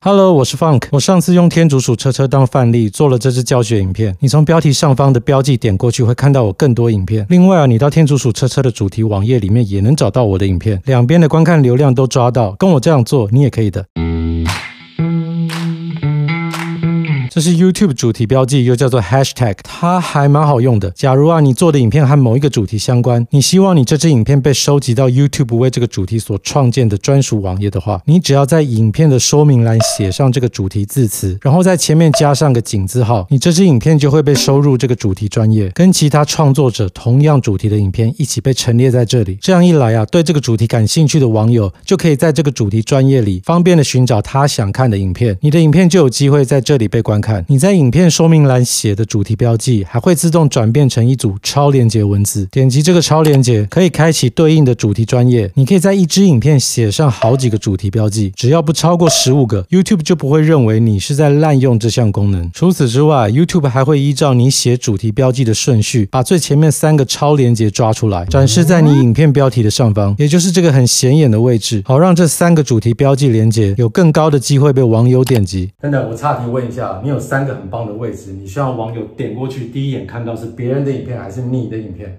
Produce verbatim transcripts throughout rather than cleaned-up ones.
Hello， 我是 Funk。我上次用天竺鼠车车当范例做了这支教学影片。你从标题上方的标记点过去，会看到我更多影片。另外啊，你到天竺鼠车车的主题网页里面也能找到我的影片，两边的观看流量都抓到。跟我这样做，你也可以的。这是 YouTube 主题标记，又叫做 Hashtag， 它还蛮好用的。假如啊，你做的影片和某一个主题相关，你希望你这支影片被收集到 YouTube 为这个主题所创建的专属网页的话，你只要在影片的说明栏写上这个主题字词，然后在前面加上个井字号，你这支影片就会被收入这个主题专页，跟其他创作者同样主题的影片一起被陈列在这里。这样一来啊，对这个主题感兴趣的网友就可以在这个主题专页里方便的寻找他想看的影片，你的影片就有机会在这里被观看。你在影片说明栏写的主题标记还会自动转变成一组超连结文字，点击这个超连结可以开启对应的主题专页。你可以在一支影片写上好几个主题标记，只要不超过十五个， YouTube 就不会认为你是在滥用这项功能。除此之外， YouTube 还会依照你写主题标记的顺序，把最前面三个超连结抓出来，展示在你影片标题的上方，也就是这个很显眼的位置，好让这三个主题标记连结有更高的机会被网友点击。等等，我岔题问一下，你有三个很棒的位置，你希望网友点过去第一眼看到是别人的影片还是你的影片？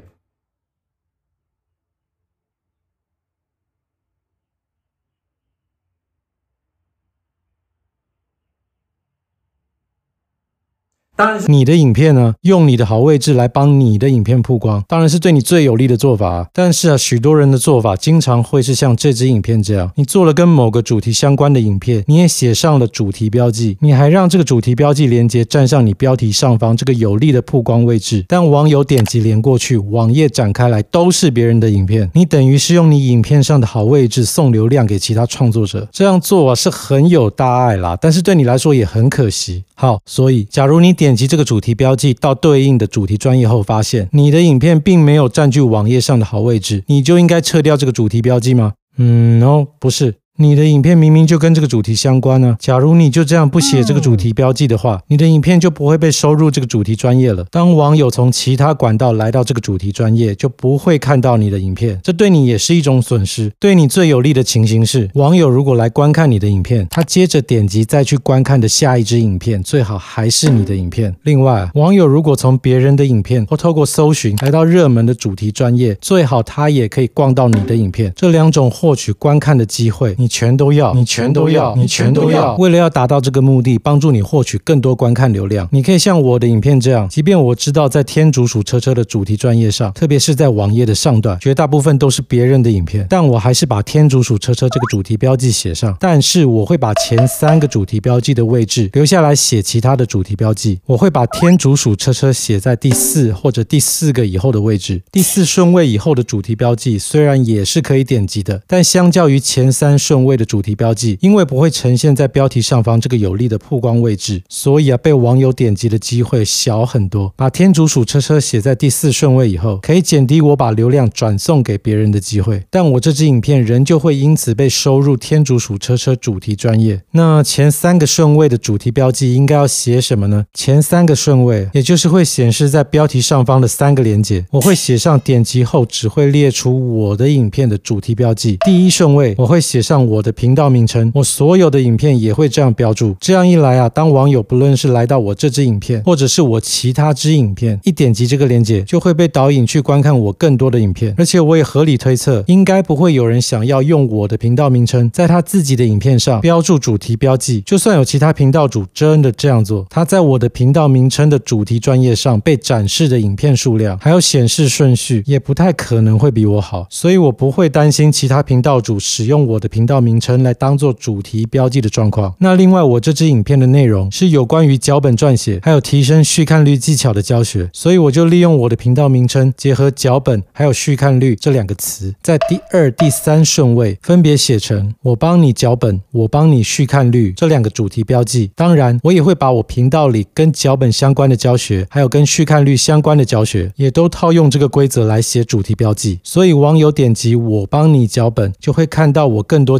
当然是你的影片呢，用你的好位置来帮你的影片曝光，当然是对你最有利的做法啊。但是啊，许多人的做法经常会是像这支影片这样，你做了跟某个主题相关的影片，你也写上了主题标记，你还让这个主题标记连接站上你标题上方这个有利的曝光位置，但网友点击连过去，网页展开来都是别人的影片，你等于是用你影片上的好位置送流量给其他创作者。这样做啊是很有大爱啦，但是对你来说也很可惜。好，所以假如你点点击这个主题标记到对应的主题专页后，发现你的影片并没有占据网页上的好位置，你就应该撤掉这个主题标记吗？嗯 ，no， 不是。你的影片明明就跟这个主题相关呢、啊，假如你就这样不写这个主题标记的话，你的影片就不会被收入这个主题专页了。当网友从其他管道来到这个主题专页，就不会看到你的影片，这对你也是一种损失。对你最有利的情形是，网友如果来观看你的影片，他接着点击再去观看的下一支影片，最好还是你的影片。另外，网友如果从别人的影片或透过搜寻来到热门的主题专页，最好他也可以逛到你的影片。这两种获取观看的机会，你全都要，你全都要，你全都要。为了要达到这个目的，帮助你获取更多观看流量，你可以像我的影片这样，即便我知道在天竺鼠车车的主题专页上，特别是在网页的上段，绝大部分都是别人的影片，但我还是把天竺鼠车车这个主题标记写上，但是我会把前三个主题标记的位置留下来写其他的主题标记。我会把天竺鼠车车写在第四或者第四个以后的位置，第四顺位以后的主题标记虽然也是可以点击的，但相较于前三顺位的主题标记，因为不会呈现在标题上方这个有利的曝光位置，所以啊，被网友点击的机会小很多。把天竺鼠车车写在第四顺位以后，可以减低我把流量转送给别人的机会，但我这支影片仍旧会因此被收入天竺鼠车车主题专页。那前三个顺位的主题标记应该要写什么呢？前三个顺位，也就是会显示在标题上方的三个连结，我会写上点击后只会列出我的影片的主题标记。第一顺位，我会写上我的频道名称，我所有的影片也会这样标注。这样一来啊，当网友不论是来到我这支影片，或者是我其他支影片，一点击这个连结，就会被导引去观看我更多的影片。而且我也合理推测，应该不会有人想要用我的频道名称在他自己的影片上标注主题标记。就算有其他频道主真的这样做，他在我的频道名称的主题专页上被展示的影片数量，还有显示顺序，也不太可能会比我好。所以我不会担心其他频道主使用我的频道名称来当做主题标记的状况。那另外，我这支影片的内容是有关于脚本撰写还有提升续看率技巧的教学，所以我就利用我的频道名称结合脚本还有续看率这两个词，在第二、第三顺位分别写成我帮你脚本、我帮你续看率这两个主题标记。当然，我也会把我频道里跟脚本相关的教学还有跟续看率相关的教学也都套用这个规则来写主题标记。所以网友点击我帮你脚本，就会看到我更多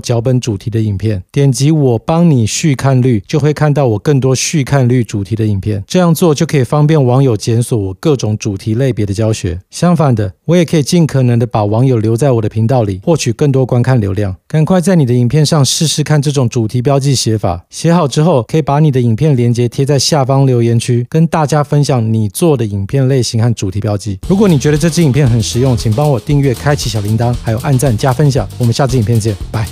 脚本主题的影片，点击我帮你续看率，就会看到我更多续看率主题的影片。这样做就可以方便网友检索我各种主题类别的教学。相反的，我也可以尽可能的把网友留在我的频道里，获取更多观看流量。赶快在你的影片上试试看这种主题标记写法，写好之后可以把你的影片连结贴在下方留言区，跟大家分享你做的影片类型和主题标记。如果你觉得这支影片很实用，请帮我订阅、开启小铃铛，还有按赞加分享。我们下支影片见，拜。